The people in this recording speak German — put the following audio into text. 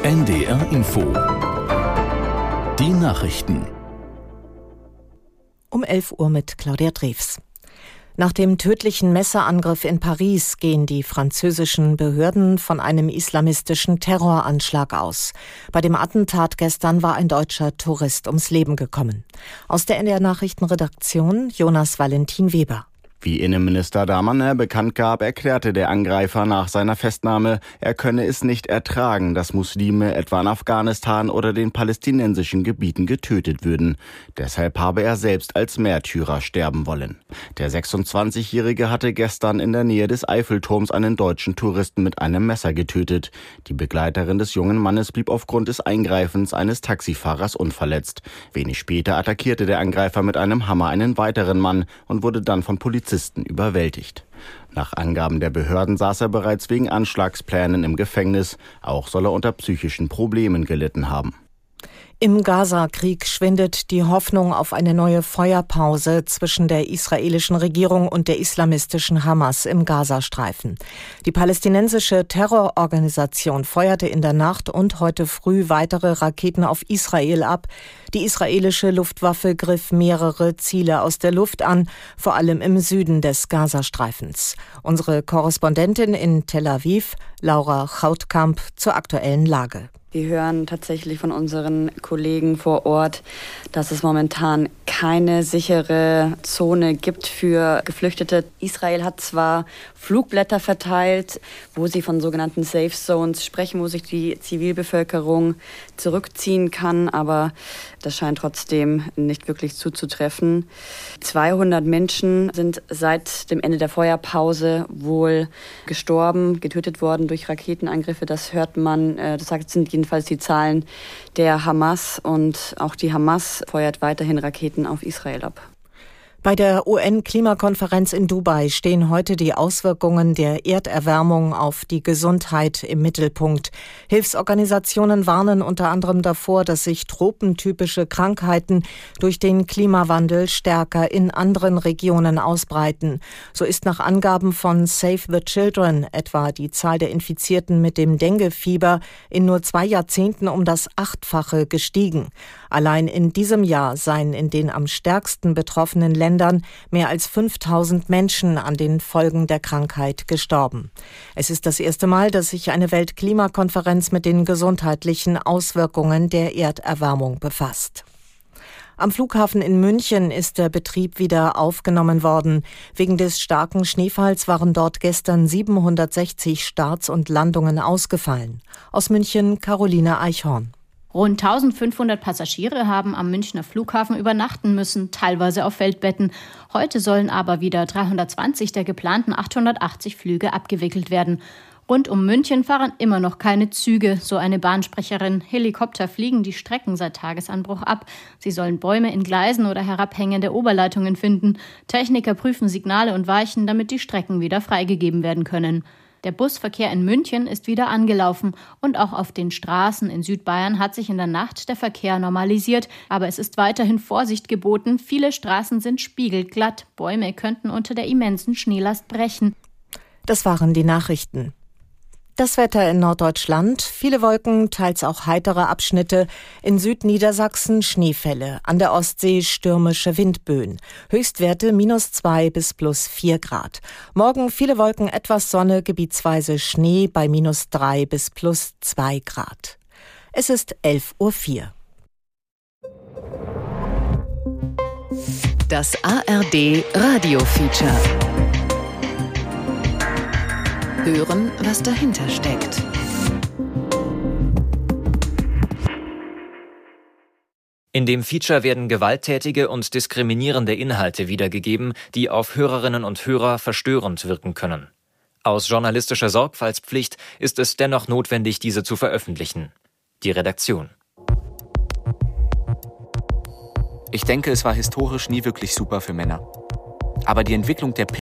NDR Info. Die Nachrichten. Um 11 Uhr mit Claudia Drews. Nach dem tödlichen Messerangriff in Paris gehen die französischen Behörden von einem islamistischen Terroranschlag aus. Bei dem Attentat gestern war ein deutscher Tourist ums Leben gekommen. Aus der NDR Nachrichtenredaktion Jonas Valentin Weber. Wie Innenminister Damaner bekannt gab, erklärte der Angreifer nach seiner Festnahme, er könne es nicht ertragen, dass Muslime etwa in Afghanistan oder den palästinensischen Gebieten getötet würden. Deshalb habe er selbst als Märtyrer sterben wollen. Der 26-Jährige hatte gestern in der Nähe des Eiffelturms einen deutschen Touristen mit einem Messer getötet. Die Begleiterin des jungen Mannes blieb aufgrund des Eingreifens eines Taxifahrers unverletzt. Wenig später attackierte der Angreifer mit einem Hammer einen weiteren Mann und wurde dann von Polizisten überwältigt. Nach Angaben der Behörden saß er bereits wegen Anschlagsplänen im Gefängnis. Auch soll er unter psychischen Problemen gelitten haben. Im Gaza-Krieg schwindet die Hoffnung auf eine neue Feuerpause zwischen der israelischen Regierung und der islamistischen Hamas im Gazastreifen. Die palästinensische Terrororganisation feuerte in der Nacht und heute früh weitere Raketen auf Israel ab. Die israelische Luftwaffe griff mehrere Ziele aus der Luft an, vor allem im Süden des Gazastreifens. Unsere Korrespondentin in Tel Aviv, Laura Chautkamp, zur aktuellen Lage. Wir hören tatsächlich von unseren Kollegen vor Ort, dass es momentan keine sichere Zone gibt für Geflüchtete. Israel hat zwar Flugblätter verteilt, wo sie von sogenannten Safe Zones sprechen, wo sich die Zivilbevölkerung zurückziehen kann, aber das scheint trotzdem nicht wirklich zuzutreffen. 200 Menschen sind seit dem Ende der Feuerpause wohl gestorben, getötet worden durch Raketenangriffe. Das hört man, das sind jedenfalls die Zahlen der Hamas, und auch die Hamas feuert weiterhin Raketen auf Israel ab. Bei der UN-Klimakonferenz in Dubai stehen heute die Auswirkungen der Erderwärmung auf die Gesundheit im Mittelpunkt. Hilfsorganisationen warnen unter anderem davor, dass sich tropentypische Krankheiten durch den Klimawandel stärker in anderen Regionen ausbreiten. So ist nach Angaben von Save the Children etwa die Zahl der Infizierten mit dem Dengue-Fieber in nur 2 Jahrzehnten um das 8-fache gestiegen. Allein in diesem Jahr seien in den am stärksten betroffenen Ländern mehr als 5000 Menschen an den Folgen der Krankheit gestorben. Es ist das erste Mal, dass sich eine Weltklimakonferenz mit den gesundheitlichen Auswirkungen der Erderwärmung befasst. Am Flughafen in München ist der Betrieb wieder aufgenommen worden. Wegen des starken Schneefalls waren dort gestern 760 Starts und Landungen ausgefallen. Aus München Caroline Eichhorn. Rund 1500 Passagiere haben am Münchner Flughafen übernachten müssen, teilweise auf Feldbetten. Heute sollen aber wieder 320 der geplanten 880 Flüge abgewickelt werden. Rund um München fahren immer noch keine Züge, so eine Bahnsprecherin. Helikopter fliegen die Strecken seit Tagesanbruch ab. Sie sollen Bäume in Gleisen oder herabhängende Oberleitungen finden. Techniker prüfen Signale und Weichen, damit die Strecken wieder freigegeben werden können. Der Busverkehr in München ist wieder angelaufen und auch auf den Straßen in Südbayern hat sich in der Nacht der Verkehr normalisiert. Aber es ist weiterhin Vorsicht geboten. Viele Straßen sind spiegelglatt. Bäume könnten unter der immensen Schneelast brechen. Das waren die Nachrichten. Das Wetter in Norddeutschland, viele Wolken, teils auch heitere Abschnitte. In Südniedersachsen Schneefälle, an der Ostsee stürmische Windböen. Höchstwerte -2 bis +4 Grad. Morgen viele Wolken, etwas Sonne, gebietsweise Schnee bei -3 bis +2 Grad. Es ist 11:04 Uhr. Das ARD Radio-Feature. Hören, was dahinter steckt. In dem Feature werden gewalttätige und diskriminierende Inhalte wiedergegeben, die auf Hörerinnen und Hörer verstörend wirken können. Aus journalistischer Sorgfaltspflicht ist es dennoch notwendig, diese zu veröffentlichen. Die Redaktion. Ich denke, es war historisch nie wirklich super für Männer. Aber die Entwicklung der